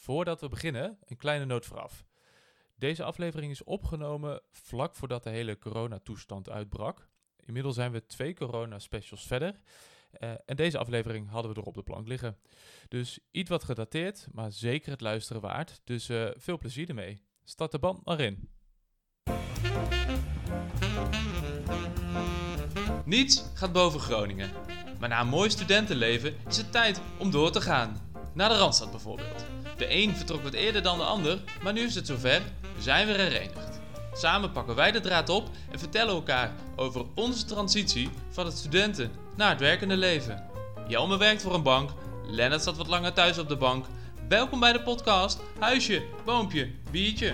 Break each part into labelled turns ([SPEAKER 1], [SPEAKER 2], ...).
[SPEAKER 1] Voordat we beginnen, een kleine noot vooraf. Deze aflevering is opgenomen vlak voordat de hele coronatoestand uitbrak. Inmiddels zijn we 2 corona-specials verder. En deze aflevering hadden we er op de plank liggen. Dus iets wat gedateerd, maar zeker het luisteren waard. Dus veel plezier ermee. Start de band maar in. Niets gaat boven Groningen. Maar na een mooi studentenleven is het tijd om door te gaan. Naar de Randstad bijvoorbeeld. De een vertrok wat eerder dan de ander, maar nu is het zover. We zijn weer herenigd. Samen pakken wij de draad op en vertellen elkaar over onze transitie van het studenten naar het werkende leven. Jelme werkt voor een bank, Lennart zat wat langer thuis op de bank. Welkom bij de podcast Huisje, Boompje, Biertje.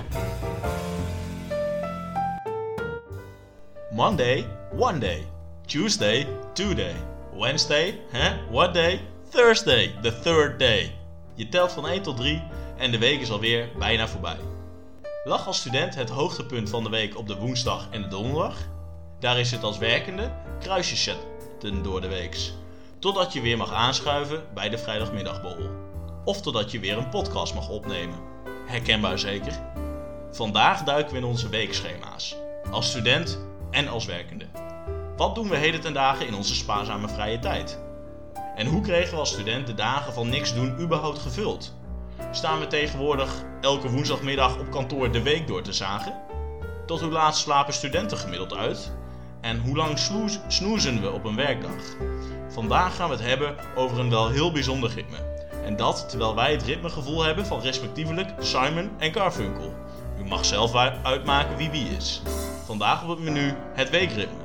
[SPEAKER 2] Monday, one day. Tuesday, 2 day. Wednesday, what day? Thursday, the third day. Je telt van 1 tot 3 en de week is alweer bijna voorbij. Lag als student het hoogtepunt van de week op de woensdag en de donderdag? Daar is het als werkende kruisjes zetten door de weeks. Totdat je weer mag aanschuiven bij de vrijdagmiddagborrel. Of totdat je weer een podcast mag opnemen. Herkenbaar zeker? Vandaag duiken we in onze weekschema's. Als student en als werkende. Wat doen we heden ten dagen in onze spaarzame vrije tijd? En hoe kregen we als student de dagen van niks doen überhaupt gevuld? Staan we tegenwoordig elke woensdagmiddag op kantoor de week door te zagen? Tot hoe laat slapen studenten gemiddeld uit? En hoe lang snoezen we op een werkdag? Vandaag gaan we het hebben over een wel heel bijzonder ritme. En dat terwijl wij het ritmegevoel hebben van respectievelijk Simon en Garfunkel. U mag zelf uitmaken wie is. Vandaag op het menu het weekritme.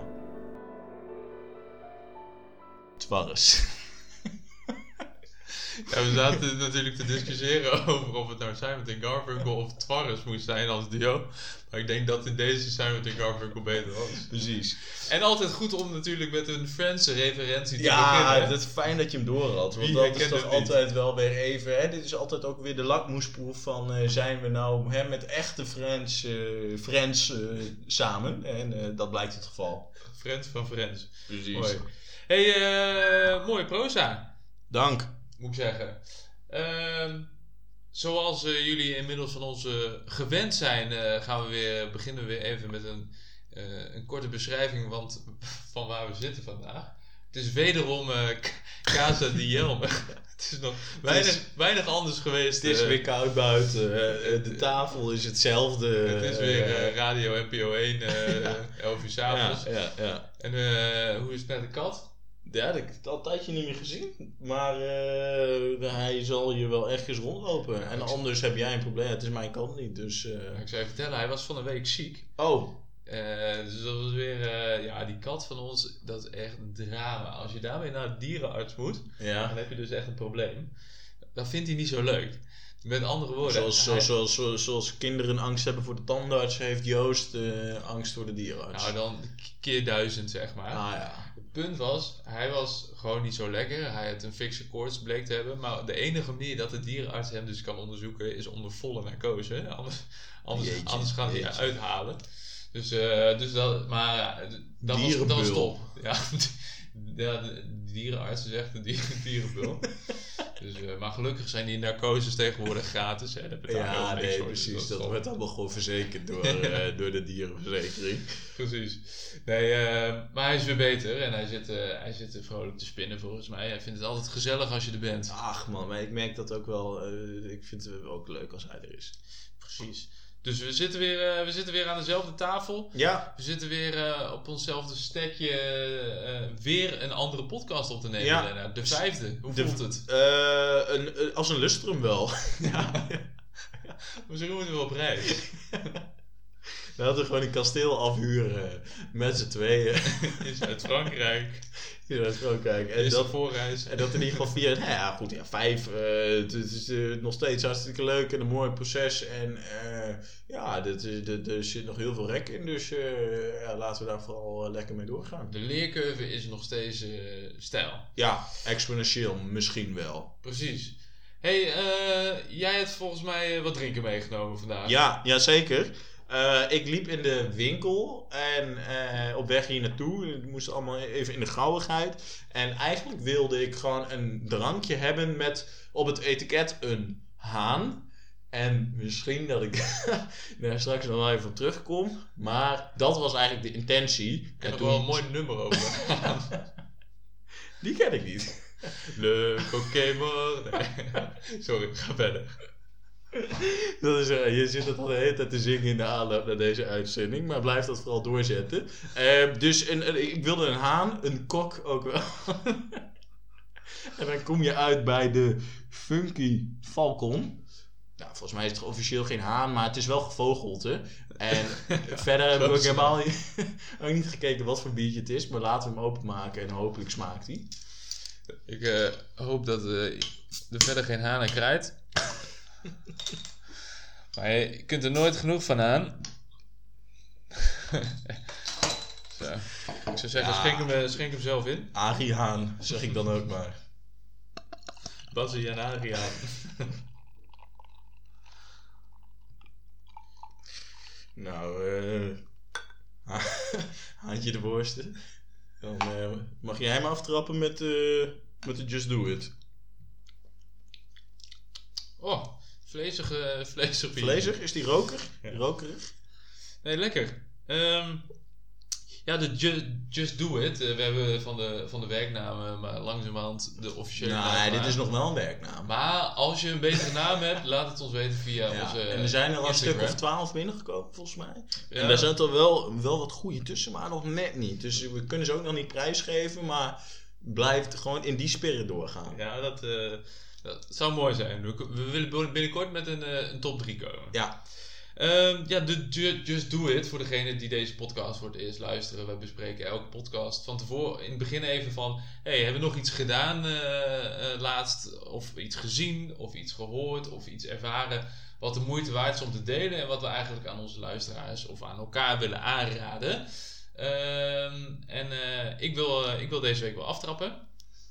[SPEAKER 2] Twarres.
[SPEAKER 1] Ja, we zaten natuurlijk te discussiëren over of het nou Simon en Garfunkel of Twarres moest zijn als duo. Maar ik denk dat in deze Simon en Garfunkel beter was.
[SPEAKER 2] Precies.
[SPEAKER 1] En altijd goed om natuurlijk met een Franse referentie te
[SPEAKER 2] beginnen.
[SPEAKER 1] Ja,
[SPEAKER 2] dat is fijn dat je hem door had. Want dat is toch altijd wel weer even... Hè, dit is altijd ook weer de lakmoesproef van... zijn we nou met echte Frans samen? En dat blijkt het geval.
[SPEAKER 1] Frans van Frans.
[SPEAKER 2] Precies.
[SPEAKER 1] Mooi. Hey, mooie proza.
[SPEAKER 2] Dank.
[SPEAKER 1] Moet ik zeggen. Zoals jullie inmiddels van ons gewend zijn, beginnen we weer even met een korte beschrijving van waar we zitten vandaag. Het is wederom Casa di Jelme. Het is nog weinig anders geweest.
[SPEAKER 2] Het is weer koud buiten. De tafel is hetzelfde.
[SPEAKER 1] Het is weer Radio NPO 1, 11 uur 's avonds.
[SPEAKER 2] Ja.
[SPEAKER 1] En hoe is het met de kat?
[SPEAKER 2] Ja, ik heb het al een tijdje niet meer gezien. Maar hij zal je wel ergens rondlopen. Ja, en anders heb jij een probleem. Het is mijn kant niet. Dus,
[SPEAKER 1] Ik zou je vertellen, hij was van een week ziek.
[SPEAKER 2] Oh.
[SPEAKER 1] Dus dat was weer... die kat van ons, dat is echt een drama. Als je daarmee naar de dierenarts moet, dan heb je dus echt een probleem. Dat vindt hij niet zo leuk. Met andere woorden...
[SPEAKER 2] Zoals kinderen angst hebben voor de tandarts, heeft Joost angst voor de dierenarts.
[SPEAKER 1] Nou, dan keer 1000, zeg maar.
[SPEAKER 2] Ah ja.
[SPEAKER 1] Het punt was, hij was gewoon niet zo lekker. Hij had een fikse koorts, bleek te hebben. Maar de enige manier dat de dierenarts hem dus kan onderzoeken is onder volle narcose. Anders gaan ze je uithalen. Dus dat, maar ja, dat was top. Ja, de dierenarts is echt een dierenbul. Dus, maar gelukkig zijn die narcoses tegenwoordig gratis. Hè? Dat
[SPEAKER 2] precies. Dat wordt allemaal gewoon verzekerd door de dierenverzekering.
[SPEAKER 1] Precies. Nee, maar hij is weer beter en hij zit vrolijk te spinnen volgens mij. Hij vindt het altijd gezellig als je er bent.
[SPEAKER 2] Ach man, maar ik merk dat ook wel. Ik vind het ook leuk als hij er is.
[SPEAKER 1] Precies. Dus we zitten weer aan dezelfde tafel.
[SPEAKER 2] Ja.
[SPEAKER 1] We zitten weer op onszelfde stekje weer een andere podcast op te nemen.
[SPEAKER 2] Ja.
[SPEAKER 1] De 5e. Hoe voelt het?
[SPEAKER 2] Als een lustrum wel.
[SPEAKER 1] Ja. Misschien moeten we op reis.
[SPEAKER 2] We hadden gewoon een kasteel afhuren met z'n tweeën.
[SPEAKER 1] In Zuid-Frankrijk.
[SPEAKER 2] En
[SPEAKER 1] dat voorreis.
[SPEAKER 2] En dat in ieder geval 4. 5. Het is nog steeds hartstikke leuk en een mooi proces. En er zit nog heel veel rek in. Dus laten we daar vooral lekker mee doorgaan.
[SPEAKER 1] De leercurve is nog steeds steil.
[SPEAKER 2] Ja, exponentieel misschien wel.
[SPEAKER 1] Precies. Hey, jij hebt volgens mij wat drinken meegenomen vandaag.
[SPEAKER 2] Ja, zeker. Ik liep in de winkel en op weg hier naartoe. Het moest allemaal even in de gauwigheid. En eigenlijk wilde ik gewoon een drankje hebben met op het etiket een haan. En misschien dat ik daar straks nog wel even op terugkom. Maar dat was eigenlijk de intentie.
[SPEAKER 1] Ik heb nog wel een mooi nummer over.
[SPEAKER 2] Die ken ik niet.
[SPEAKER 1] Le Pokémon. Nee. Sorry, ga verder.
[SPEAKER 2] Dat is, je zit het al de hele tijd te zingen in de aanloop naar deze uitzending. Maar blijf dat vooral doorzetten. Dus ik wilde een haan, een kok ook wel. En dan kom je uit bij de Funky Falcon. Nou, volgens mij is het officieel geen haan, maar het is wel gevogelte. En verder heb ik ook helemaal niet gekeken wat voor biertje het is. Maar laten we hem openmaken en hopelijk smaakt hij.
[SPEAKER 1] Ik hoop dat er verder geen hanen krijt. Maar je kunt er nooit genoeg van aan. Zo. Ik zou zeggen, schenk hem zelf in.
[SPEAKER 2] Arie Haan, zeg ik dan ook maar.
[SPEAKER 1] Basie en Arie Haan.
[SPEAKER 2] Nou, Haantje de worste. Dan mag jij hem aftrappen met de Just Do It.
[SPEAKER 1] Oh, vlezig bier.
[SPEAKER 2] Vlezig? Is die rokerig?
[SPEAKER 1] Ja.
[SPEAKER 2] Rokerig?
[SPEAKER 1] Nee, lekker. Ja, de Just Do It. We hebben van de werknamen, maar langzamerhand de officiële naam.
[SPEAKER 2] Nee, dit is nog wel een werknaam.
[SPEAKER 1] Maar als je een betere naam hebt, laat het ons weten via onze
[SPEAKER 2] en er zijn er al een stuk
[SPEAKER 1] Instagram.
[SPEAKER 2] of 12 binnengekomen, volgens mij.
[SPEAKER 1] Ja.
[SPEAKER 2] En daar zaten wel wat goede tussen, maar nog net niet. Dus we kunnen ze ook nog niet prijsgeven, maar blijft gewoon in die spirit doorgaan.
[SPEAKER 1] Ja, dat zou mooi zijn. We willen binnenkort met een top 3 komen.
[SPEAKER 2] Ja.
[SPEAKER 1] Ja, de Just Do It. Voor degene die deze podcast voor het eerst luisteren. We bespreken elke podcast van tevoren. In het begin even van... Hey, hebben we nog iets gedaan laatst? Of iets gezien? Of iets gehoord? Of iets ervaren? Wat de moeite waard is om te delen. En wat we eigenlijk aan onze luisteraars of aan elkaar willen aanraden. Ik wil deze week wel aftrappen.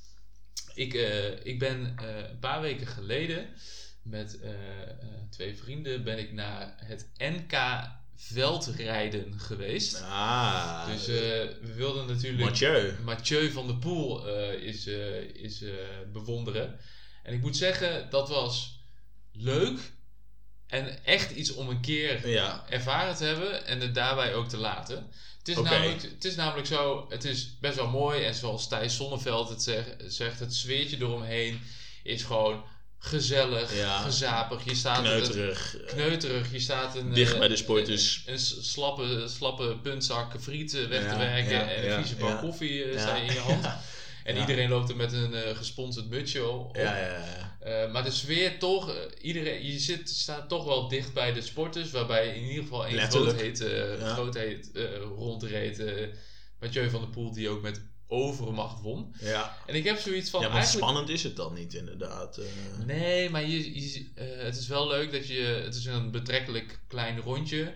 [SPEAKER 1] Ik ben een paar weken geleden... Met 2 vrienden ben ik naar het NK veldrijden geweest. Dus we wilden natuurlijk Mathieu van der Poel is bewonderen. En ik moet zeggen, dat was leuk. En echt iets om een keer ervaren te hebben. En het daarbij ook te laten. Het is namelijk zo, het is best wel mooi. En zoals Thijs Sonneveld het zegt, het sfeertje eromheen is gewoon... gezellig, gezapig. Je staat kneuterig. Je staat
[SPEAKER 2] dicht bij de sporters.
[SPEAKER 1] Een slappe puntzak friet weg te werken en een vieze bak koffie sta je in je hand. En iedereen loopt er met een gesponsord mutsje op. Maar de sfeer toch, je staat toch wel dicht bij de sporters, waarbij in ieder geval één grootheid rondreed. Mathieu van der Poel, die ook met overmacht won. Ja. En ik heb zoiets van...
[SPEAKER 2] Ja, maar spannend is het dan niet inderdaad.
[SPEAKER 1] Nee, maar het is wel leuk dat het is een betrekkelijk klein rondje.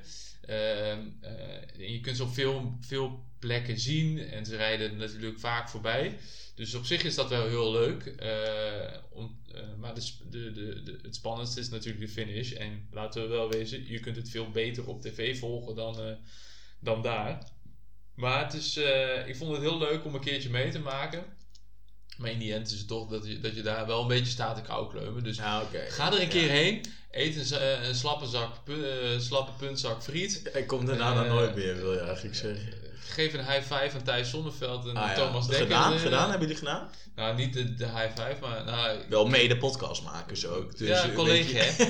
[SPEAKER 1] Je kunt ze op veel plekken zien. En ze rijden natuurlijk vaak voorbij. Dus op zich is dat wel heel leuk. Maar het spannendste is natuurlijk de finish. En laten we wel wezen, je kunt het veel beter op tv volgen dan daar. Maar ik vond het heel leuk om een keertje mee te maken. Maar in die end is het toch dat je daar wel een beetje staat te koukleumen. Dus ga er een keer heen. Eet een slappe puntzak friet.
[SPEAKER 2] En kom daarna dan nooit meer, wil je eigenlijk zeggen.
[SPEAKER 1] Geef een high five aan Thijs Zonneveld en Thomas Dekker.
[SPEAKER 2] Gedaan? Hebben jullie gedaan?
[SPEAKER 1] Nou, niet de high five, maar...
[SPEAKER 2] wel mede podcastmakers ook. Dus,
[SPEAKER 1] ja, collega hè.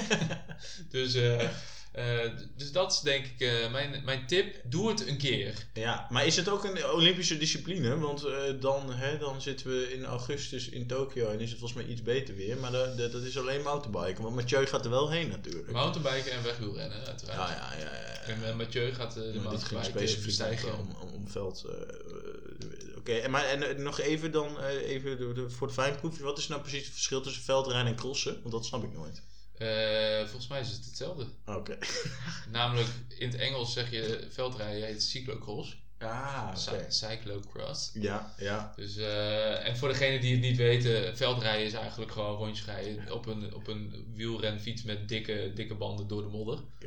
[SPEAKER 1] Dus dat is denk ik mijn tip. Doe het een keer.
[SPEAKER 2] Ja, maar is het ook een Olympische discipline? Want dan zitten we in augustus in Tokio en is het volgens mij iets beter weer. Maar dat is alleen mountainbiken. Want Mathieu gaat er wel heen natuurlijk.
[SPEAKER 1] Mountainbiken en wegwielrennen uiteraard.
[SPEAKER 2] Ja.
[SPEAKER 1] En Mathieu gaat de mountainbike bestijgen.
[SPEAKER 2] Om veld... Oké, maar nog even dan voor de fijnproefje. Wat is nou precies het verschil tussen veldrijden en crossen? Want dat snap ik nooit.
[SPEAKER 1] Volgens mij is het hetzelfde.
[SPEAKER 2] Oké.
[SPEAKER 1] Namelijk, in het Engels zeg je veldrijden heet cyclocross. Cyclocross.
[SPEAKER 2] Ja.
[SPEAKER 1] Dus, en voor degenen die het niet weten, veldrijden is eigenlijk gewoon rondjes rijden op een wielrenfiets met dikke banden door de modder.
[SPEAKER 2] Okay.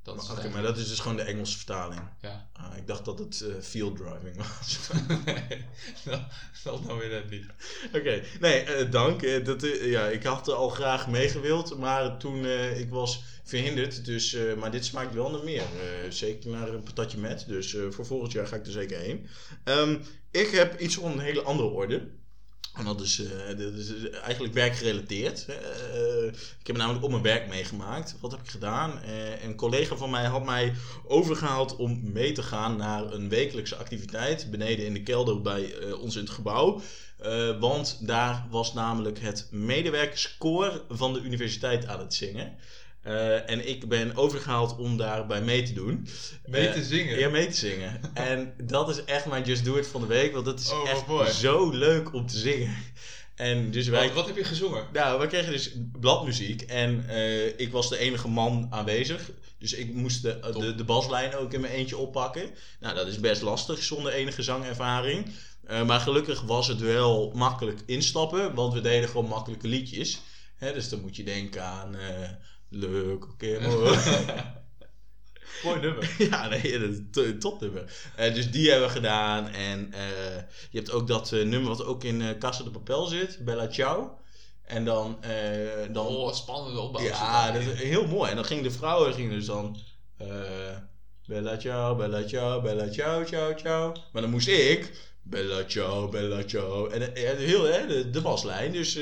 [SPEAKER 2] Oké, maar dat is dus gewoon de Engelse vertaling.
[SPEAKER 1] Ja.
[SPEAKER 2] Ik dacht dat het field driving was.
[SPEAKER 1] Nee, dat nou weer net niet.
[SPEAKER 2] Oké, nee, dank. Ik had al graag meegewild, maar toen ik was verhinderd. Dus, maar dit smaakt wel naar meer. Zeker naar een patatje met. Dus voor volgend jaar ga ik er zeker heen. Ik heb iets van een hele andere orde. En dat is eigenlijk werkgerelateerd. Ik heb namelijk op mijn werk meegemaakt. Wat heb ik gedaan? Een collega van mij had mij overgehaald om mee te gaan naar een wekelijkse activiteit beneden in de kelder bij ons in het gebouw. Want daar was namelijk het medewerkerskoor van de universiteit aan het zingen. En ik ben overgehaald om daarbij mee te doen.
[SPEAKER 1] Mee te zingen?
[SPEAKER 2] Ja, mee te zingen. En dat is echt mijn Just Do It van de week. Want dat is echt
[SPEAKER 1] mooi.
[SPEAKER 2] Zo leuk om te zingen. En dus
[SPEAKER 1] Wat heb je gezongen?
[SPEAKER 2] Nou, wij kregen dus bladmuziek. En ik was de enige man aanwezig. Dus ik moest de baslijn ook in mijn eentje oppakken. Nou, dat is best lastig zonder enige zangervaring. Maar gelukkig was het wel makkelijk instappen. Want we deden gewoon makkelijke liedjes. Dus dan moet je denken aan... Leuk, oké, mooi.
[SPEAKER 1] Mooi nummer.
[SPEAKER 2] Ja, nee, dat is een topnummer. Dus die hebben we gedaan. En je hebt ook dat nummer wat ook in Casa de Papel zit. Bella Ciao. En dan...
[SPEAKER 1] spannende opbouw.
[SPEAKER 2] Ja, dat is heel mooi. En dan gingen de vrouwen dus dan... Bella Ciao, Bella Ciao, Bella Ciao, Ciao, Ciao. Maar dan moest ik... Bella Ciao, Bella Ciao. En heel de baslijn. Dus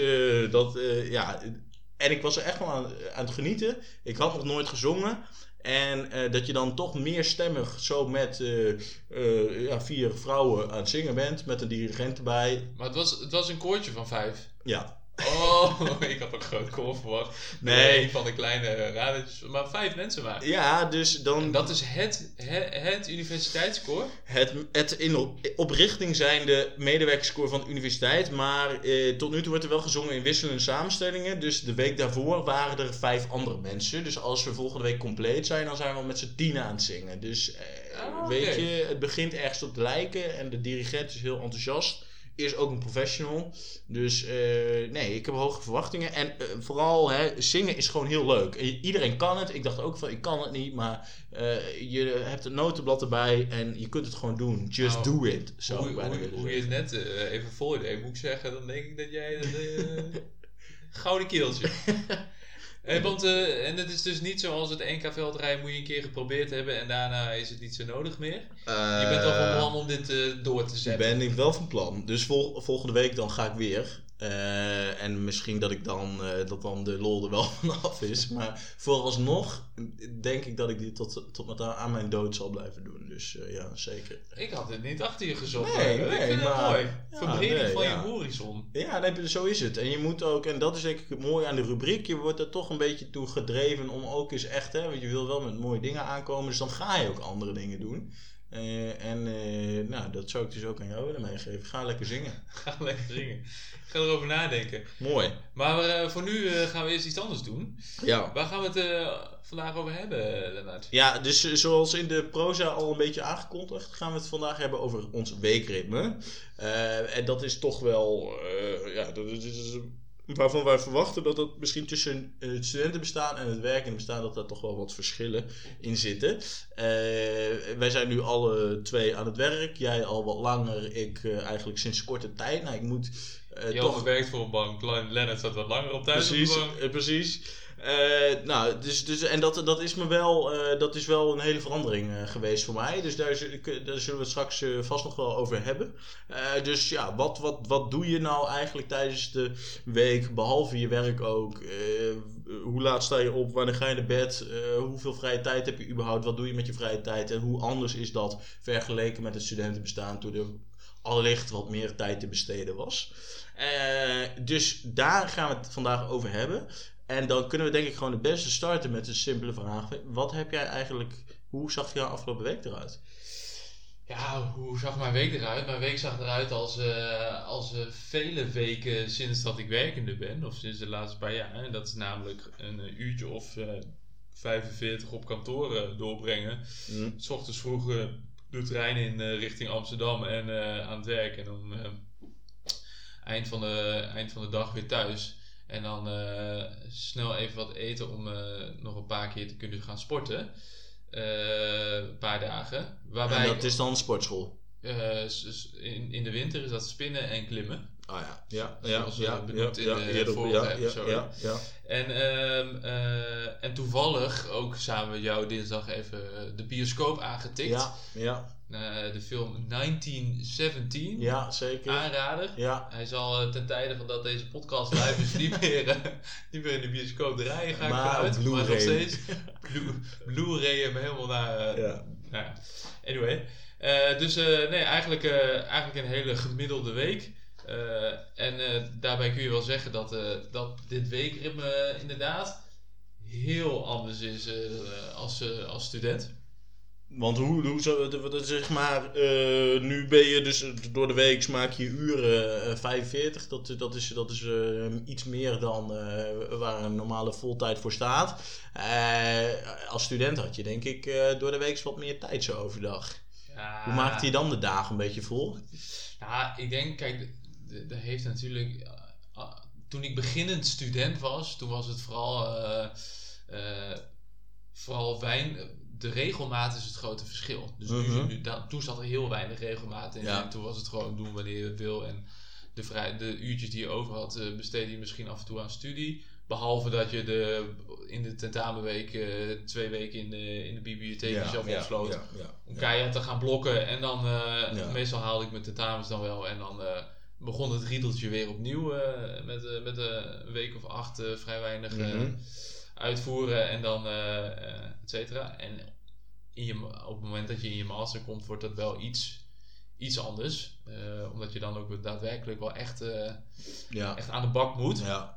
[SPEAKER 2] En ik was er echt wel aan het genieten. Ik had nog nooit gezongen. En dat je dan toch meerstemmig zo met 4 vrouwen aan het zingen bent. Met een dirigent erbij.
[SPEAKER 1] Maar het was een koortje van 5.
[SPEAKER 2] Ja.
[SPEAKER 1] Oh, ik had ook een groot koor verwacht.
[SPEAKER 2] Nee.
[SPEAKER 1] Een van de kleine radertjes. Maar 5 mensen maar.
[SPEAKER 2] Ja, dus dan...
[SPEAKER 1] En dat is het universiteitskoor?
[SPEAKER 2] Het in oprichting zijnde medewerkerskoor van de universiteit. Maar tot nu toe wordt er wel gezongen in wisselende samenstellingen. Dus de week daarvoor waren er 5 andere mensen. Dus als we volgende week compleet zijn, dan zijn we met z'n 10 aan het zingen. Dus weet je, het begint ergens op te lijken. En de dirigent is heel enthousiast. Is ook een professional. Dus nee, ik heb hoge verwachtingen. En vooral, zingen is gewoon heel leuk. Iedereen kan het. Ik dacht ook van, ik kan het niet. Maar je hebt een notenblad erbij. En je kunt het gewoon doen. Just do it.
[SPEAKER 1] Hoe je het net even voordeed, moet ik zeggen. Dan denk ik dat jij gouden keeltje. En het is dus niet zoals het NK-veldrijden moet je een keer geprobeerd hebben en daarna is het niet zo nodig meer. Je bent wel van plan om dit door te zetten.
[SPEAKER 2] Ben ik wel van plan. Dus volgende week dan ga ik weer. En misschien dat ik dan de lol er wel vanaf is. Maar vooralsnog denk ik dat ik dit tot aan mijn dood zal blijven doen. Dus ja, zeker.
[SPEAKER 1] Ik had het niet achter je gezocht.
[SPEAKER 2] Nee,
[SPEAKER 1] ik vind het mooi.
[SPEAKER 2] Ja,
[SPEAKER 1] Verbreding van je horizon.
[SPEAKER 2] Ja, nee, zo is het. En je moet ook, en dat is denk ik mooi aan de rubriek, je wordt er toch een beetje toe gedreven om ook eens echt, want je wil wel met mooie dingen aankomen. Dus dan ga je ook andere dingen doen. Nou, dat zou ik dus ook aan jou willen meegeven. Ga lekker zingen.
[SPEAKER 1] Ga lekker zingen. Ik ga erover nadenken.
[SPEAKER 2] Mooi.
[SPEAKER 1] Maar voor nu gaan we eerst iets anders doen.
[SPEAKER 2] Ja.
[SPEAKER 1] Waar gaan we het vandaag over hebben, Lennart?
[SPEAKER 2] Ja, dus zoals in de proza al een beetje aangekondigd, gaan we het vandaag hebben over ons weekritme. En dat is toch wel, dat is waarvan wij verwachten dat dat misschien tussen het studentenbestaan en het werkende bestaan, dat daar toch wel wat verschillen in zitten. Wij zijn nu alle 2 aan het werk. Jij al wat langer, ik eigenlijk sinds korte tijd. Nou, ik moet
[SPEAKER 1] Jan werkt voor een bank, Lennart staat wat langer op thuis.
[SPEAKER 2] Precies. Dus en dat is me wel, dat is wel een hele verandering geweest voor mij. Dus daar zullen we het straks vast nog wel over hebben. Dus ja, wat doe je nou eigenlijk tijdens de week, behalve je werk ook? Hoe laat sta je op? Wanneer ga je naar bed? Hoeveel vrije tijd heb je überhaupt? Wat doe je met je vrije tijd? En hoe anders is dat vergeleken met het studentenbestaan toen er allicht wat meer tijd te besteden was? Dus daar gaan we het vandaag over hebben. En dan kunnen we denk ik gewoon het beste starten met een simpele vraag. Hoe zag jouw afgelopen week eruit?
[SPEAKER 1] Ja, hoe zag mijn week eruit? Mijn week zag eruit als vele weken sinds dat ik werkende ben. Of sinds de laatste paar jaar. En dat is namelijk een uurtje of 45 op kantoor doorbrengen. 's ochtends vroeg de trein in richting Amsterdam en aan het werk. En dan eind van de dag weer thuis. En dan snel even wat eten om nog een paar keer te kunnen gaan sporten. een paar dagen. Waarbij
[SPEAKER 2] En dat is dan sportschool?
[SPEAKER 1] In de winter is dat spinnen en klimmen.
[SPEAKER 2] Ah ja.
[SPEAKER 1] Zoals benoemd in de vorige episode.
[SPEAKER 2] Ja.
[SPEAKER 1] En toevallig ook samen met jou dinsdag even de bioscoop aangetikt.
[SPEAKER 2] Ja.
[SPEAKER 1] De film 1917.
[SPEAKER 2] Ja, zeker.
[SPEAKER 1] Aanrader.
[SPEAKER 2] Ja.
[SPEAKER 1] Hij zal ten tijde van dat deze podcast live is niet meer in de bioscoop draaien, ga ik vanuit. Maar nog steeds Blu-ray hem helemaal naar... Anyway. Eigenlijk een hele gemiddelde week. Daarbij kun je wel zeggen dat dit weekritme inderdaad heel anders is als student.
[SPEAKER 2] Want hoe zeg maar, nu ben je dus door de week maak je uren 45. Dat is iets meer dan waar een normale voltijd voor staat. Als student had je denk ik door de week wat meer tijd zo overdag. Ja. Hoe maakt je dan de dagen een beetje vol?
[SPEAKER 1] Ja, ik denk, kijk, dat heeft natuurlijk... toen ik beginnend student was, toen was het vooral wijn... De regelmaat is het grote verschil. Dus toen zat er heel weinig regelmaat in. Ja. En toen was het gewoon doen wanneer je wil. En de uurtjes die je over had, besteed je misschien af en toe aan studie. Behalve dat je in de tentamenweek 2 weken in de bibliotheek jezelf opsloot. Om keihard te gaan blokken. En dan meestal haalde ik mijn tentamens dan wel. En dan begon het riedeltje weer opnieuw. Met een week of 8 vrij weinig uitvoeren. En dan et cetera. En op het moment dat je in je master komt, wordt dat wel iets anders. Omdat je dan ook daadwerkelijk wel echt aan de bak moet. Ja.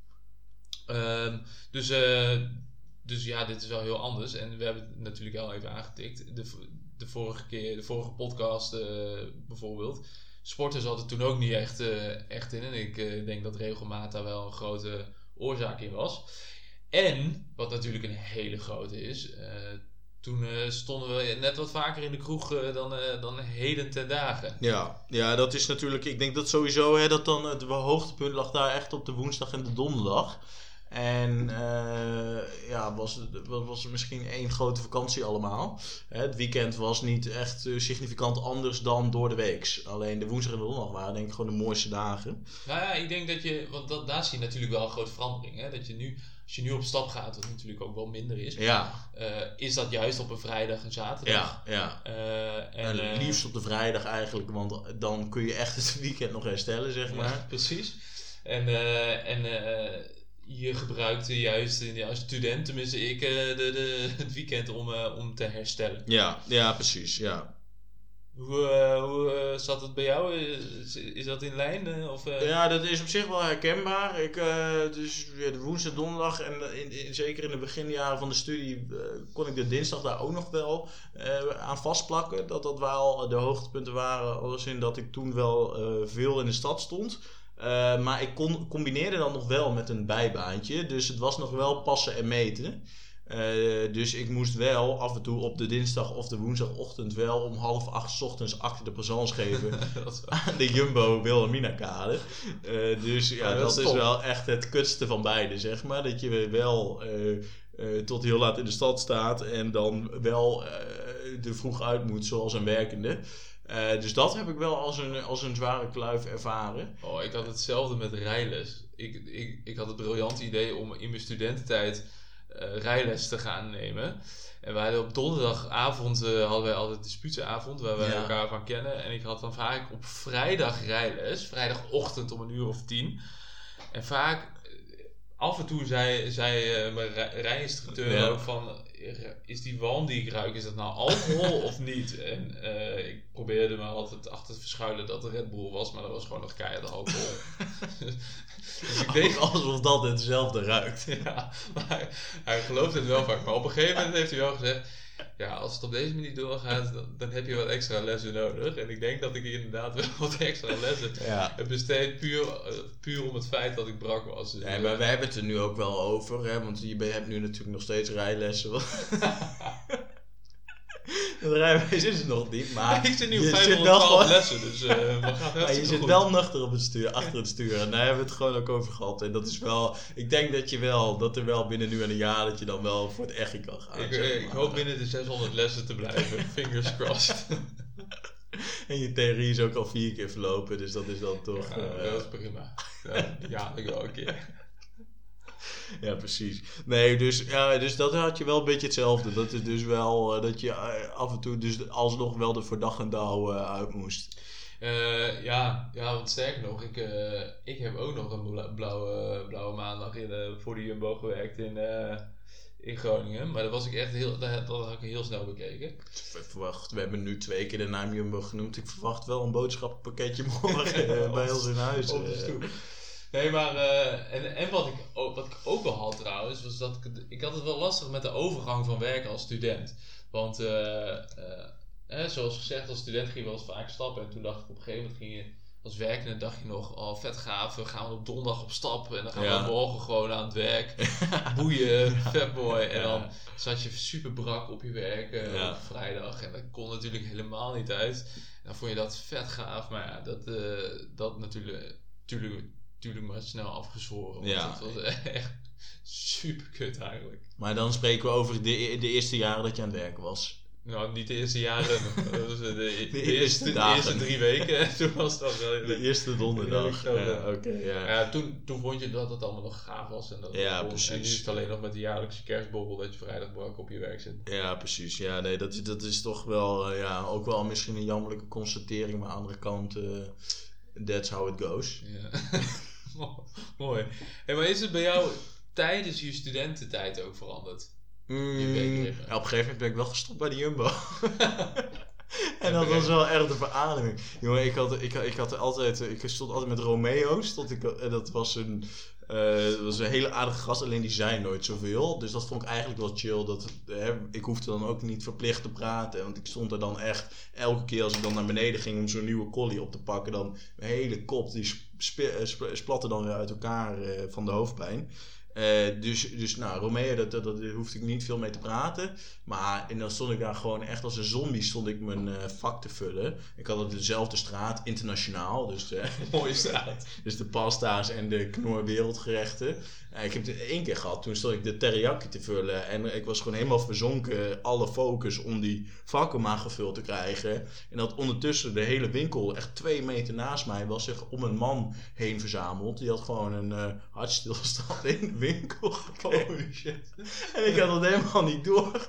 [SPEAKER 1] Dus ja, dit is wel heel anders. En we hebben het natuurlijk al even aangetikt. De vorige podcast bijvoorbeeld. Sporten zat er toen ook niet echt in. En ik denk dat regelmaat daar wel een grote oorzaak in was. En, wat natuurlijk een hele grote is... Toen stonden we net wat vaker in de kroeg dan heden ten dagen. Ja, dat is natuurlijk... Ik denk dat sowieso dat dan het hoogtepunt lag daar echt op de woensdag en de donderdag. En was er misschien 1 grote vakantie allemaal. Het weekend was niet echt significant anders dan door de weeks. Alleen de woensdag en de donderdag waren denk ik gewoon de mooiste dagen. Nou ja, ik denk dat je... Want daar zie je natuurlijk wel een grote verandering. Hè? Dat je nu... Als je nu op stap gaat, wat natuurlijk ook wel minder is, is dat juist op een vrijdag en zaterdag. En liefst op de vrijdag eigenlijk, want dan kun je echt het weekend nog herstellen, zeg maar. Ja, precies. En je gebruikt juist als student, tenminste ik, het weekend om te herstellen. Ja, precies, ja. Hoe zat het bij jou? Is dat in lijn? Ja, dat is op zich wel herkenbaar. Dus de woensdag, donderdag en zeker in de beginjaren van de studie kon ik de dinsdag daar ook nog wel aan vastplakken. Dat wel de hoogtepunten waren, als in dat ik toen wel veel in de stad stond. Maar ik combineerde dan nog wel met een bijbaantje. Dus het was nog wel passen en meten. Dus ik moest wel af en toe op de dinsdag of de woensdagochtend wel om 7:30 ochtends achter de présence geven aan de Jumbo Wilhelminakade. Dus dat is wel echt het kutste van beide, zeg maar. Dat je wel tot heel laat in de stad staat en dan wel er vroeg uit moet zoals een werkende. Dus dat heb ik wel als een zware kluif ervaren. Oh, ik had hetzelfde met rijles. Ik had het briljante idee om in mijn studententijd rijles te gaan nemen. En wij hadden op donderdagavond hadden wij altijd disputenavond waar we elkaar van kennen. En ik had dan vaak op vrijdag rijles, vrijdagochtend om 10:00. En vaak af en toe zei mijn rijinstructeur ook van, is die walm die ik ruik, is dat nou alcohol of niet? En ik probeerde me altijd achter te verschuilen dat het Red Bull was, maar dat was gewoon nog keihard alcohol. Dus ik deed alsof dat hetzelfde ruikt. Ja, maar hij gelooft het wel vaak. Maar op een gegeven moment heeft hij wel gezegd, ja, als het op deze manier doorgaat, dan heb je wat extra lessen nodig. En ik denk dat ik inderdaad wel wat extra lessen heb besteed, puur om het feit dat ik brak was. Dus nee, maar wij hebben het er nu ook wel over, hè, want je hebt nu natuurlijk nog steeds rijlessen.
[SPEAKER 2] Het rijbewijs is het nog niet, maar
[SPEAKER 1] Ik zit nu
[SPEAKER 2] je
[SPEAKER 1] op
[SPEAKER 2] zit wel
[SPEAKER 1] 512
[SPEAKER 2] gewoon-
[SPEAKER 1] lessen, dus we gaan
[SPEAKER 2] maar
[SPEAKER 1] hartstikke
[SPEAKER 2] je zit
[SPEAKER 1] goed.
[SPEAKER 2] wel nuchter op het stuur, achter het stuur. En daar hebben we het gewoon ook over gehad. En dat is wel... Ik denk dat er wel binnen nu en een jaar... dat je dan wel voor het echt kan gaan.
[SPEAKER 1] Ik hoop binnen de 600 lessen te blijven. Fingers crossed.
[SPEAKER 2] En je theorie is ook al 4 keer verlopen. Dus dat is dan toch...
[SPEAKER 1] Dat is prima. Ja, ik wel een keer.
[SPEAKER 2] Ja, precies. Nee, dus dat had je wel een beetje hetzelfde. Dat is dus wel dat je af en toe dus alsnog wel er voor dag en dauw uit moest.
[SPEAKER 1] Want sterker nog, ik heb ook nog een blauwe maandag voor de Jumbo gewerkt in Groningen. Maar dat was ik echt dat had ik heel snel bekeken.
[SPEAKER 2] We hebben nu 2 keer de naam Jumbo genoemd. Ik verwacht wel een boodschappenpakketje morgen bij ons in huis.
[SPEAKER 1] Op de stoep. Nee, maar en wat ik ook wel had trouwens, was dat ik had het wel lastig met de overgang van werken als student. Want zoals gezegd, als student ging je wel eens vaak stappen. En toen dacht ik op een gegeven moment als werkende dacht je nog, oh vet gaaf, we gaan op donderdag op stap. En dan gaan we morgen gewoon aan het werk. Boeien, fatboy. En dan zat je super brak op je werk op vrijdag. En dat kon natuurlijk helemaal niet uit. En dan vond je dat vet gaaf. Maar ja, dat natuurlijk maar snel afgezworen. Want het was echt super kut eigenlijk.
[SPEAKER 2] Maar dan spreken we over de eerste jaren dat je aan het werken was.
[SPEAKER 1] Nou, niet de eerste jaren. Dat was de
[SPEAKER 2] eerste
[SPEAKER 1] eerste 3 weken. Toen was dat wel...
[SPEAKER 2] De eerste donderdag.
[SPEAKER 1] Toen vond je dat het allemaal nog gaaf was. En
[SPEAKER 2] precies.
[SPEAKER 1] En nu is het alleen nog met de jaarlijkse kerstborrel dat je vrijdag brak op je werk zit.
[SPEAKER 2] Ja, precies. Ja, nee, dat is toch wel... ook wel misschien een jammerlijke constatering. Maar aan de andere kant... that's how it goes.
[SPEAKER 1] Ja. Mooi. Hey, maar is het bij jou tijdens je studententijd ook veranderd?
[SPEAKER 2] Op een gegeven moment ben ik wel gestopt bij de Jumbo. En dat was wel echt de verademing. Jongen, ik stond altijd met Romeo's. Dat was een hele aardige gast, alleen die zei nooit zoveel. Dus dat vond ik eigenlijk wel chill. Ik hoefde dan ook niet verplicht te praten. Want ik stond er dan echt elke keer als ik dan naar beneden ging om zo'n nieuwe collie op te pakken. Dan mijn hele kop die splatte dan weer uit elkaar van de hoofdpijn. Dus Romeo, dat hoefde ik niet veel mee te praten. En dan stond ik daar gewoon echt als een zombie stond ik mijn vak te vullen. Ik had op dezelfde straat, internationaal. Dus
[SPEAKER 1] mooie straat.
[SPEAKER 2] Dus de pasta's en de knor wereldgerechten. Ik heb het 1 keer gehad, toen stond ik de teriyaki te vullen. En ik was gewoon helemaal verzonken, alle focus om die vakken maar gevuld te krijgen. En dat ondertussen de hele winkel, echt 2 meter naast mij, was zich om een man heen verzameld. Die had gewoon een hartstilstand in de winkel gekregen.
[SPEAKER 1] Holy shit.
[SPEAKER 2] En ik had dat helemaal niet door.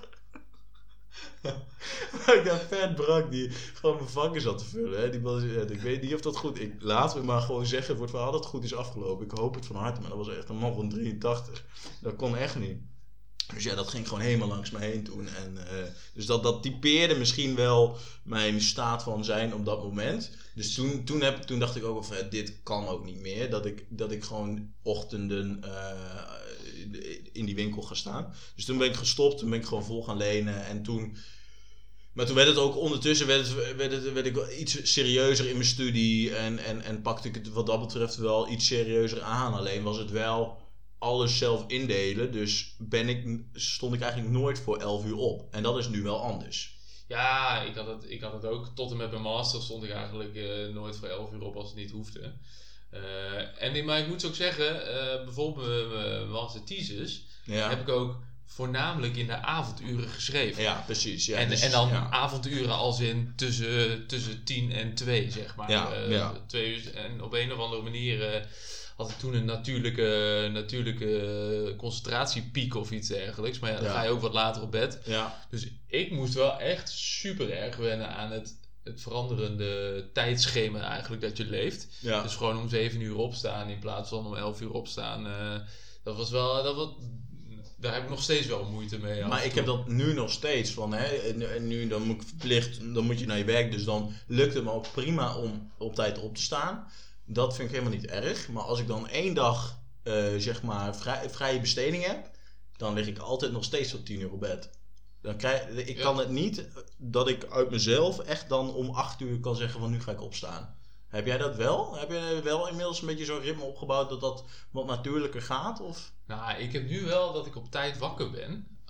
[SPEAKER 2] Maar ik dacht vet brak die gewoon mijn vakken zat te vullen. Hè. Ik weet niet of dat goed is. Laten we maar gewoon zeggen voor het verhaal dat het goed is afgelopen. Ik hoop het van harte, maar dat was echt een man van 83. Dat kon echt niet. Dus ja, dat ging gewoon helemaal langs me heen toen. En, dus dat typeerde misschien wel mijn staat van zijn op dat moment. Dus toen dacht ik ook van dit kan ook niet meer. Dat ik gewoon ochtenden in die winkel ga staan. Dus toen ben ik gestopt. Toen ben ik gewoon vol gaan lenen. Maar toen werd het ook ondertussen werd ik wel iets serieuzer in mijn studie. En pakte ik het wat dat betreft wel iets serieuzer aan. Alleen was het wel alles zelf indelen. Dus stond ik eigenlijk nooit voor 11 uur op. En dat is nu wel anders.
[SPEAKER 1] Ja, ik had het ook. Tot en met mijn master stond ik eigenlijk nooit voor 11 uur op als het niet hoefde. Maar ik moet ook zeggen, bijvoorbeeld mijn master thesis heb ik ook voornamelijk in de avonduren geschreven.
[SPEAKER 2] Ja, precies. Ja,
[SPEAKER 1] en dan avonduren als in tussen 10 en 2, zeg maar. 2 uur. En op een of andere manier had ik toen een natuurlijke concentratiepiek of iets dergelijks. Maar dan ga je ook wat later op bed.
[SPEAKER 2] Ja.
[SPEAKER 1] Dus ik moest wel echt super erg wennen aan het veranderende tijdschema eigenlijk dat je leeft. Ja. Dus gewoon om 7 uur opstaan in plaats van om 11 uur opstaan. Daar heb ik nog steeds wel moeite mee.
[SPEAKER 2] Maar ik heb dat nu nog steeds. Nu dan moet ik verplicht, dan moet je naar je werk. Dus dan lukt het me ook prima om op tijd op te staan. Dat vind ik helemaal niet erg. Maar als ik dan 1 dag vrije besteding heb, dan lig ik altijd nog steeds tot 10 uur op bed. Kan het niet dat ik uit mezelf echt dan om 8 uur kan zeggen van nu ga ik opstaan. Heb jij dat wel? Heb je wel inmiddels een beetje zo'n ritme opgebouwd dat wat natuurlijker gaat? Of?
[SPEAKER 1] Nou, ik heb nu wel dat ik op tijd wakker ben.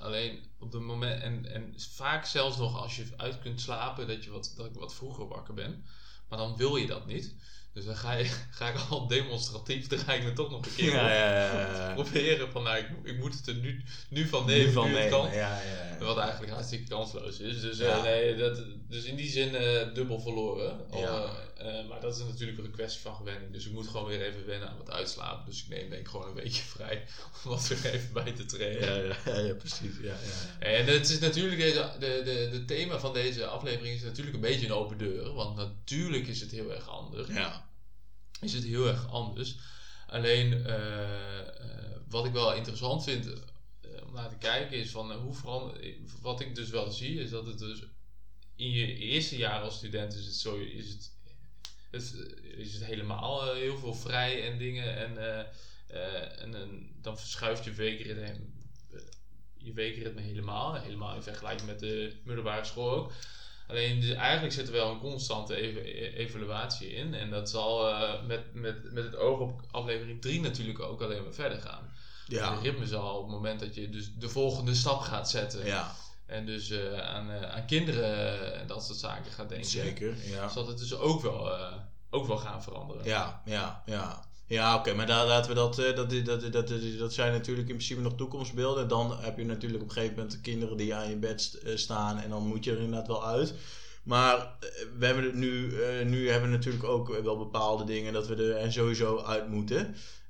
[SPEAKER 1] Alleen op het moment, en vaak zelfs nog als je uit kunt slapen, dat ik wat vroeger wakker ben. Maar dan wil je dat niet. Dus dan ga ik al demonstratief, dan ga ik me toch nog een keer proberen van, nou, ik moet het er nu van nemen, nu het kan.
[SPEAKER 2] Ja.
[SPEAKER 1] Wat eigenlijk hartstikke kansloos is. Dus, dus in die zin dubbel verloren. Maar dat is natuurlijk ook een kwestie van gewenning. Dus ik moet gewoon weer even wennen aan wat uitslapen. Dus ik neem denk ik gewoon een weekje vrij om wat weer even bij te trainen.
[SPEAKER 2] Ja, precies. Ja.
[SPEAKER 1] En het is natuurlijk de thema van deze aflevering is natuurlijk een beetje een open deur. Want natuurlijk is het heel erg anders.
[SPEAKER 2] Ja.
[SPEAKER 1] Is het heel erg anders. Alleen wat ik wel interessant vind om naar te kijken is van hoe wat ik dus wel zie is dat het dus in je eerste jaar als student is het zo is het helemaal heel veel vrij en dingen en dan verschuift je weekritme helemaal in vergelijking met de middelbare school ook. Alleen dus eigenlijk zit er wel een constante evaluatie in. En dat zal met het oog op aflevering 3 natuurlijk ook alleen maar verder gaan. Ja. Het ritme zal op het moment dat je dus de volgende stap gaat zetten. Ja. En dus aan kinderen en dat soort zaken gaat denken.
[SPEAKER 2] Zeker, ja.
[SPEAKER 1] Zal het dus ook wel gaan veranderen.
[SPEAKER 2] Ja, oké, maar daar laten we dat zijn natuurlijk in principe nog toekomstbeelden. Dan heb je natuurlijk op een gegeven moment de kinderen die aan je bed staan en dan moet je er inderdaad wel uit. Maar we hebben het nu hebben we natuurlijk ook wel bepaalde dingen dat we er sowieso uit moeten.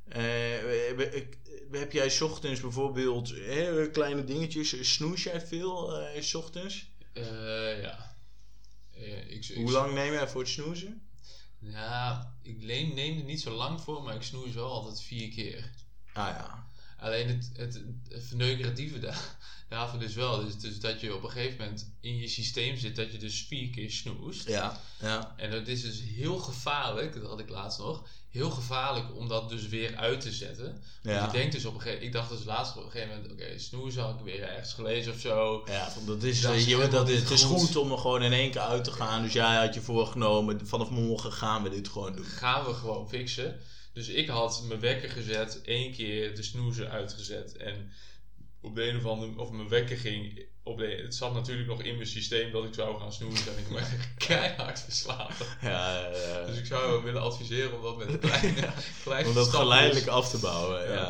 [SPEAKER 2] Heb jij 's ochtends bijvoorbeeld kleine dingetjes, snoes jij veel 's ochtends?
[SPEAKER 1] Ja.
[SPEAKER 2] Hoe lang neem jij voor het snoezen?
[SPEAKER 1] Ja, ik neem er niet zo lang voor, maar ik snoes wel altijd 4 keer.
[SPEAKER 2] Ah ja.
[SPEAKER 1] Alleen het verneukeratieve daarvan dus wel. Dus dat je op een gegeven moment in je systeem zit dat je dus 4 keer snoest. Ja. En dat is dus heel gevaarlijk, dat had ik laatst nog, heel gevaarlijk om dat dus weer uit te zetten. Ja. Want je denkt dus ik dacht dus laatst op een gegeven moment, oké, snoezen had ik weer ergens gelezen of zo. Ja,
[SPEAKER 2] het is goed om er gewoon in één keer uit te gaan. Dus jij had je voorgenomen, vanaf morgen gaan we dit gewoon doen.
[SPEAKER 1] Gaan we gewoon fixen. Dus ik had mijn wekker gezet, 1 keer de snoezen uitgezet en op de een of andere, of mijn wekker ging, het zat natuurlijk nog in mijn systeem dat ik zou gaan snoezen en ik ben keihard verslapen. Ja. Dus ik zou willen adviseren om dat met een kleine
[SPEAKER 2] om dat geleidelijk af te bouwen. Ja.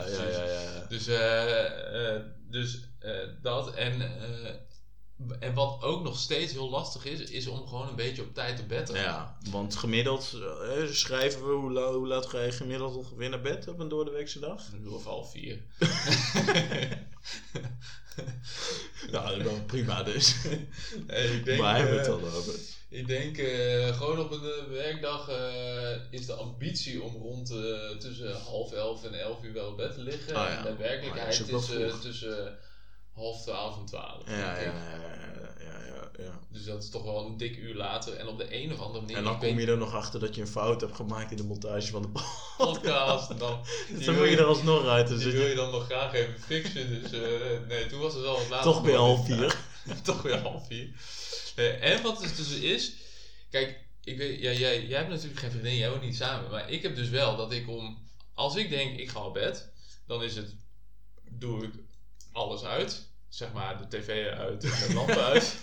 [SPEAKER 1] Dus dat en wat ook nog steeds heel lastig is om gewoon een beetje op tijd op bed te gaan.
[SPEAKER 2] Ja, want gemiddeld schrijven we, hoe laat ga je gemiddeld ongeveer naar bed op een doordeweekse dag?
[SPEAKER 1] Een uur of 3:30.
[SPEAKER 2] Nou, dat is wel prima dus.
[SPEAKER 1] Waar hebben we het dan over? Ik denk gewoon op een werkdag is de ambitie om rond tussen 10:30 en 11 wel op bed te liggen. En de werkelijkheid is tussen 11:30 en 12. Ja. Dus dat is toch wel een dik uur later. En op de een of andere manier...
[SPEAKER 2] En dan kom je er nog achter dat je een fout hebt gemaakt in de montage van de
[SPEAKER 1] podcast. En dan
[SPEAKER 2] moet je er alsnog uit.
[SPEAKER 1] Dus wil je dan nog graag even fixen. Dus nee, toen was het wel wat later.
[SPEAKER 2] Toch weer 3:30.
[SPEAKER 1] Toch weer 3:30. En wat het dus is... Kijk, ik weet, jij hebt natuurlijk geen vriendin. Jij woont niet samen. Maar ik heb dus wel dat als ik denk, ik ga op bed. Dan doe ik alles uit. Zeg maar de tv uit en de lampen uit.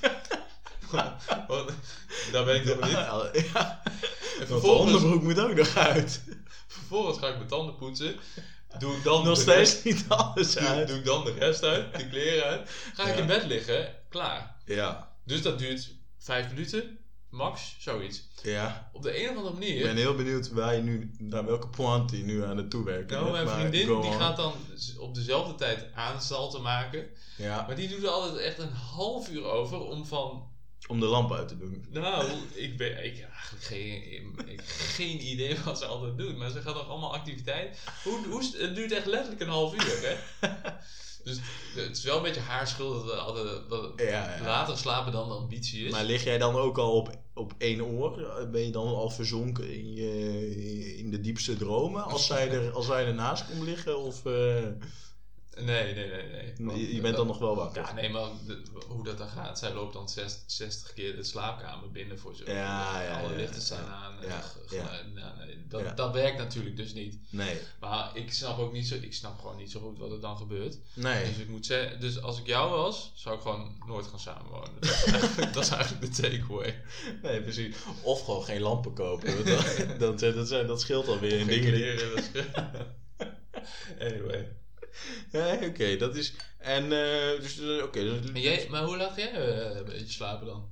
[SPEAKER 1] Daar ben ik nog niet.
[SPEAKER 2] Ja. En de onderbroek moet ook nog uit.
[SPEAKER 1] Vervolgens ga ik mijn tanden poetsen. Doe ik dan
[SPEAKER 2] nog steeds niet alles uit.
[SPEAKER 1] Doe ik dan de rest uit, de kleren uit. Ga ik in bed liggen, klaar.
[SPEAKER 2] Ja.
[SPEAKER 1] Dus dat duurt 5 minuten, max, zoiets.
[SPEAKER 2] Ja.
[SPEAKER 1] Op de een of andere manier.
[SPEAKER 2] Ik ben heel benieuwd naar welke point die nu aan het toewerken.
[SPEAKER 1] Nou, mijn vriendin die gaat dan op dezelfde tijd aanstalten maken. Ja. Maar die doet er altijd echt een half uur over
[SPEAKER 2] om de lamp uit te doen.
[SPEAKER 1] Nou, ik heb eigenlijk geen idee wat ze altijd doet. Maar ze gaat nog allemaal activiteit. Het duurt echt letterlijk een half uur, hè? Dus het is wel een beetje haar schuld dat we altijd later slapen dan de ambitie is.
[SPEAKER 2] Maar lig jij dan ook al op 1 oor? Ben je dan al verzonken in de diepste dromen als zij ernaast komt liggen? Of...
[SPEAKER 1] Nee.
[SPEAKER 2] Je bent dan nog wel wakker.
[SPEAKER 1] Ja, nee, maar hoe dat dan gaat. Zij loopt dan 60 keer de slaapkamer binnen voor zo. Alle lichten staan aan. Dat werkt natuurlijk dus niet.
[SPEAKER 2] Nee.
[SPEAKER 1] Maar ik snap gewoon niet zo goed wat er dan gebeurt.
[SPEAKER 2] Nee.
[SPEAKER 1] Dus ik moet zeggen, dus als ik jou was, zou ik gewoon nooit gaan samenwonen. Dat is eigenlijk de takeaway.
[SPEAKER 2] Nee, precies. Of gewoon geen lampen kopen. Dat scheelt alweer in dingen.
[SPEAKER 1] Kleren, anyway.
[SPEAKER 2] Nee, oké, dat is... En,
[SPEAKER 1] Maar hoe laat ga jij een beetje slapen dan?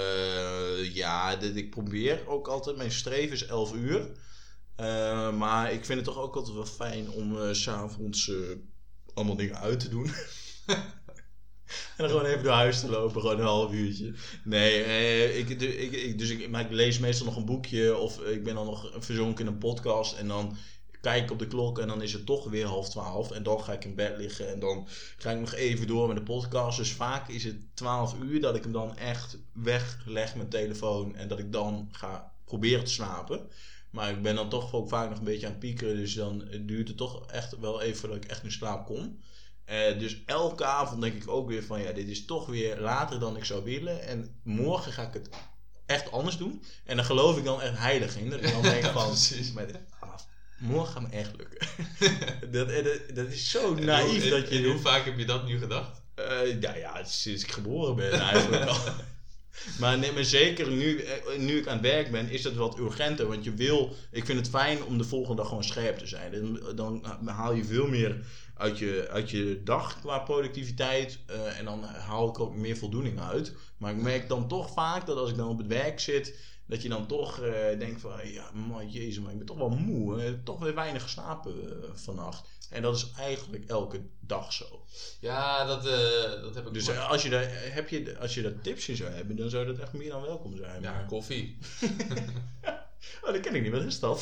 [SPEAKER 2] Ik probeer ook altijd... Mijn streven is 11 uur. Maar ik vind het toch ook altijd wel fijn om 's avonds allemaal dingen uit te doen. En dan gewoon even door huis te lopen, gewoon een half uurtje. Nee, maar ik lees meestal nog een boekje of ik ben dan nog verzonken in een podcast en dan kijk ik op de klok en dan is het toch weer 11:30 en dan ga ik in bed liggen en dan ga ik nog even door met de podcast. Dus vaak is het 12 uur dat ik hem dan echt wegleg mijn telefoon en dat ik dan ga proberen te slapen. Maar ik ben dan toch ook vaak nog een beetje aan het piekeren, dus dan duurt het toch echt wel even voordat ik echt in slaap kom. Dus elke avond denk ik ook weer van dit is toch weer later dan ik zou willen. En morgen ga ik het echt anders doen. En daar geloof ik dan echt heilig in. Dat ik dan denk van, morgen gaat me echt lukken. dat is zo naïef dat je...
[SPEAKER 1] Hoe vaak heb je dat nu gedacht?
[SPEAKER 2] Sinds ik geboren ben eigenlijk al. Maar zeker nu ik aan het werk ben, is dat wat urgenter. Want ik vind het fijn om de volgende dag gewoon scherp te zijn. Dan haal je veel meer uit je dag qua productiviteit. En dan haal ik ook meer voldoening uit. Maar ik merk dan toch vaak dat als ik dan op het werk zit, dat je dan toch denkt van, jezus, maar ik ben toch wel moe. Ik heb toch weer weinig geslapen vannacht. En dat is eigenlijk elke dag zo.
[SPEAKER 1] Ja, dat heb ik.
[SPEAKER 2] Dus als je daar tips in zou hebben, dan zou dat echt meer dan welkom zijn.
[SPEAKER 1] Ja, koffie.
[SPEAKER 2] Dat ken ik niet. Wat is dat?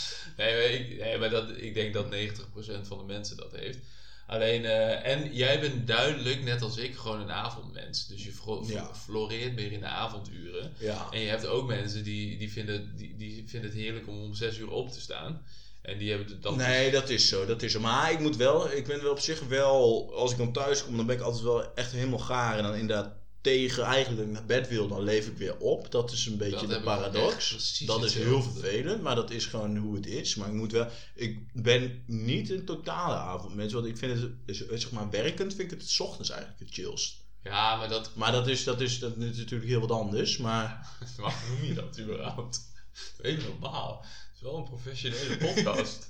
[SPEAKER 1] Ik denk dat 90% van de mensen dat heeft. Alleen, en jij bent duidelijk, net als ik, gewoon een avondmens. Dus je floreert meer in de avonduren. Ja. En je hebt ook mensen die vinden het heerlijk om 6 uur op te staan. En die hebben dat.
[SPEAKER 2] Nee, dat is zo. Maar ik ben wel op zich wel, als ik dan thuis kom, dan ben ik altijd wel echt helemaal gaar. En dan inderdaad tegen eigenlijk naar bed wil, dan leef ik weer op. Dat is een beetje de paradox. Dat is heel vervelend, maar dat is gewoon hoe het is. Maar ik ben niet een totale avondmens, want ik vind het, zeg maar, werkend vind ik het 's ochtends eigenlijk het chillst.
[SPEAKER 1] Ja, maar
[SPEAKER 2] dat is natuurlijk heel wat anders, maar...
[SPEAKER 1] Waarom noem je dat überhaupt? Even normaal. Het is wel een professionele podcast.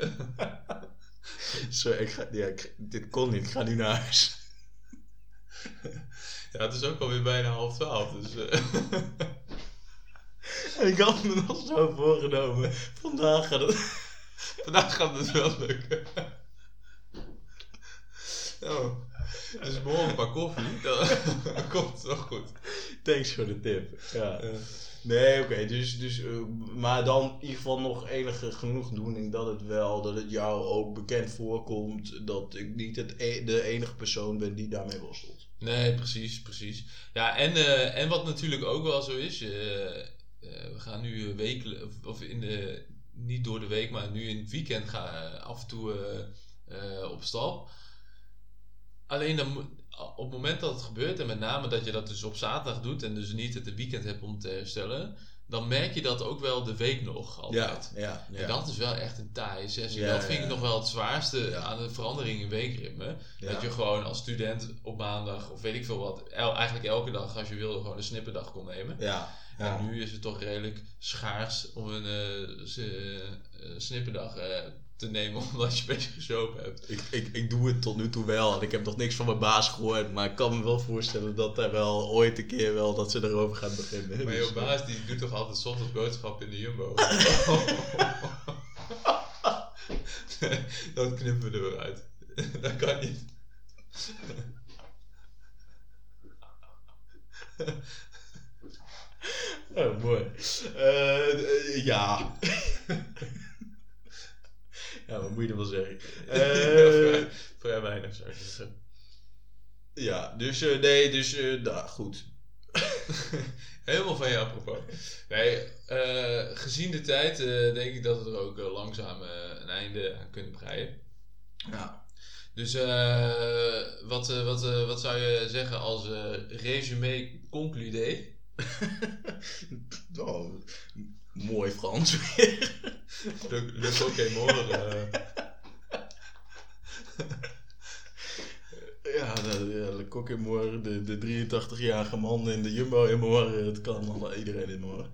[SPEAKER 2] Dit kon niet, ik ga nu naar huis.
[SPEAKER 1] Ja, het is ook alweer bijna 11:30, dus...
[SPEAKER 2] En ik had me nog zo voorgenomen. Vandaag
[SPEAKER 1] gaat het wel lukken. Dus morgen een paar koffie, dan komt het wel goed.
[SPEAKER 2] Thanks voor de tip. Ja. Nee, oké. Dus, maar dan in ieder geval nog enige genoegdoening dat het jou ook bekend voorkomt dat ik niet de enige persoon ben die daarmee worstelt.
[SPEAKER 1] Nee, precies. Ja, en wat natuurlijk ook wel zo is, we gaan nu niet door de week, maar nu in het weekend gaan af en toe op stap. Alleen dan, op het moment dat het gebeurt, en met name dat je dat dus op zaterdag doet en dus niet het weekend hebt om te herstellen, dan merk je dat ook wel de week nog altijd. Ja. En dat is wel echt een taaie sessie. Dat vind ik nog wel het zwaarste aan de verandering in weekritme. Ja. Dat je gewoon als student op maandag, of weet ik veel wat, eigenlijk elke dag als je wilde gewoon een snipperdag kon nemen. Ja. En nu is het toch redelijk schaars om een snipperdag te nemen omdat je een beetje gezopen hebt.
[SPEAKER 2] Ik doe het tot nu toe wel. En ik heb nog niks van mijn baas gehoord. Maar ik kan me wel voorstellen dat er wel ooit een keer wel dat ze erover gaat beginnen.
[SPEAKER 1] Maar jouw baas die doet toch altijd 's ochtends boodschap in de Jumbo? Dat knippen we er weer uit. Dat kan niet.
[SPEAKER 2] Oh, mooi. Ja. Ja, wat moet je er wel zeggen?
[SPEAKER 1] Vrij weinig, zou ik zeggen.
[SPEAKER 2] Ja, goed.
[SPEAKER 1] Helemaal van je apropos. Nee, gezien de tijd denk ik dat we er ook langzaam een einde aan kunnen breien.
[SPEAKER 2] Ja.
[SPEAKER 1] Dus wat zou je zeggen als resume conclude?
[SPEAKER 2] Oh, mooi Frans weer.
[SPEAKER 1] Le Pokémon.
[SPEAKER 2] Ja, Le Coq est mort, de 83-jarige man in de Jumbo is mort. Het kan iedereen is mort.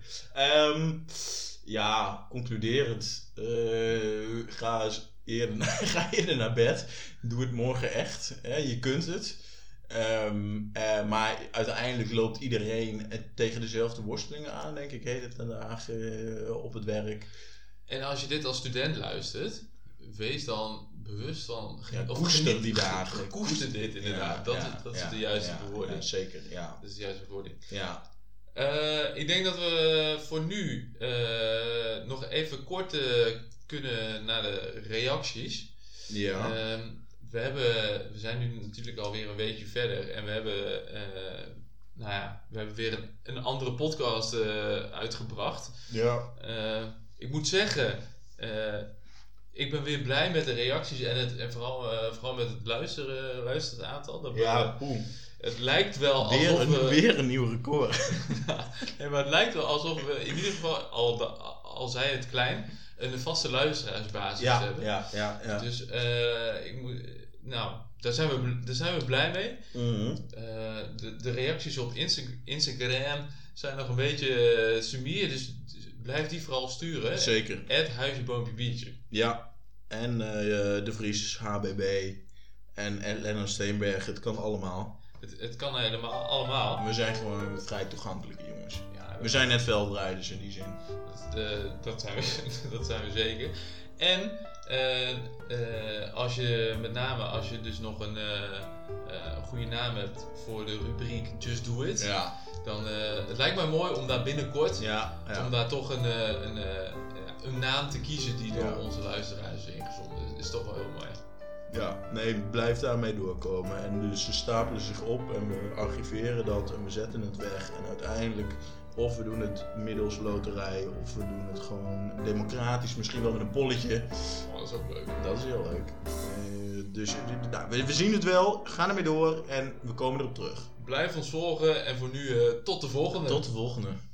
[SPEAKER 2] Ja, concluderend. Ga eerder naar bed. Doe het morgen echt. Je kunt het. Maar uiteindelijk loopt iedereen tegen dezelfde worstelingen aan, denk ik, heet het vandaag op het werk.
[SPEAKER 1] En als je dit als student luistert, wees dan bewust van...
[SPEAKER 2] Koester die dagen.
[SPEAKER 1] Koester dit inderdaad. Dat is de juiste verwoording.
[SPEAKER 2] Ja, zeker, ja.
[SPEAKER 1] Dat is de juiste verwoording.
[SPEAKER 2] Ja.
[SPEAKER 1] Ik denk dat we voor nu nog even kort kunnen naar de reacties.
[SPEAKER 2] Ja.
[SPEAKER 1] We zijn nu natuurlijk alweer een weekje verder en we hebben weer een andere podcast uitgebracht.
[SPEAKER 2] Ja.
[SPEAKER 1] Ik moet zeggen, ik ben weer blij met de reacties en vooral met het luisteraantal. Het lijkt wel alsof we...
[SPEAKER 2] Weer een nieuw record.
[SPEAKER 1] Nee, maar het lijkt wel alsof we in ieder geval, al zij het klein, een vaste luisteraarsbasis hebben.
[SPEAKER 2] Ja.
[SPEAKER 1] Dus daar zijn we blij mee.
[SPEAKER 2] Mm-hmm.
[SPEAKER 1] De reacties op Instagram zijn nog een beetje sumier, dus blijf die vooral sturen.
[SPEAKER 2] Zeker.
[SPEAKER 1] @huisje boompje biertje.
[SPEAKER 2] Ja. En De Vries, HBB en Lennart Steenberg, het kan allemaal.
[SPEAKER 1] Het kan helemaal allemaal.
[SPEAKER 2] We zijn gewoon vrij toegankelijke jongens.
[SPEAKER 1] Ja,
[SPEAKER 2] we zijn net veldrijders in die zin.
[SPEAKER 1] Dat zijn we zeker. En als je dus nog een goede naam hebt voor de rubriek Just Do It.
[SPEAKER 2] Ja.
[SPEAKER 1] Dan het lijkt mij mooi om daar binnenkort om daar toch een naam te kiezen die door onze luisteraars is ingezonden. Dat is toch wel heel mooi.
[SPEAKER 2] Ja, nee, blijf daarmee doorkomen. En dus ze stapelen zich op en we archiveren dat en we zetten het weg. En uiteindelijk, of we doen het middels loterij, of we doen het gewoon democratisch, misschien wel met een polletje.
[SPEAKER 1] Oh, dat is ook leuk.
[SPEAKER 2] Dat is heel leuk. Dus we zien het wel, gaan ermee door en we komen erop terug.
[SPEAKER 1] Blijf ons volgen en voor nu tot de volgende.
[SPEAKER 2] Tot de volgende.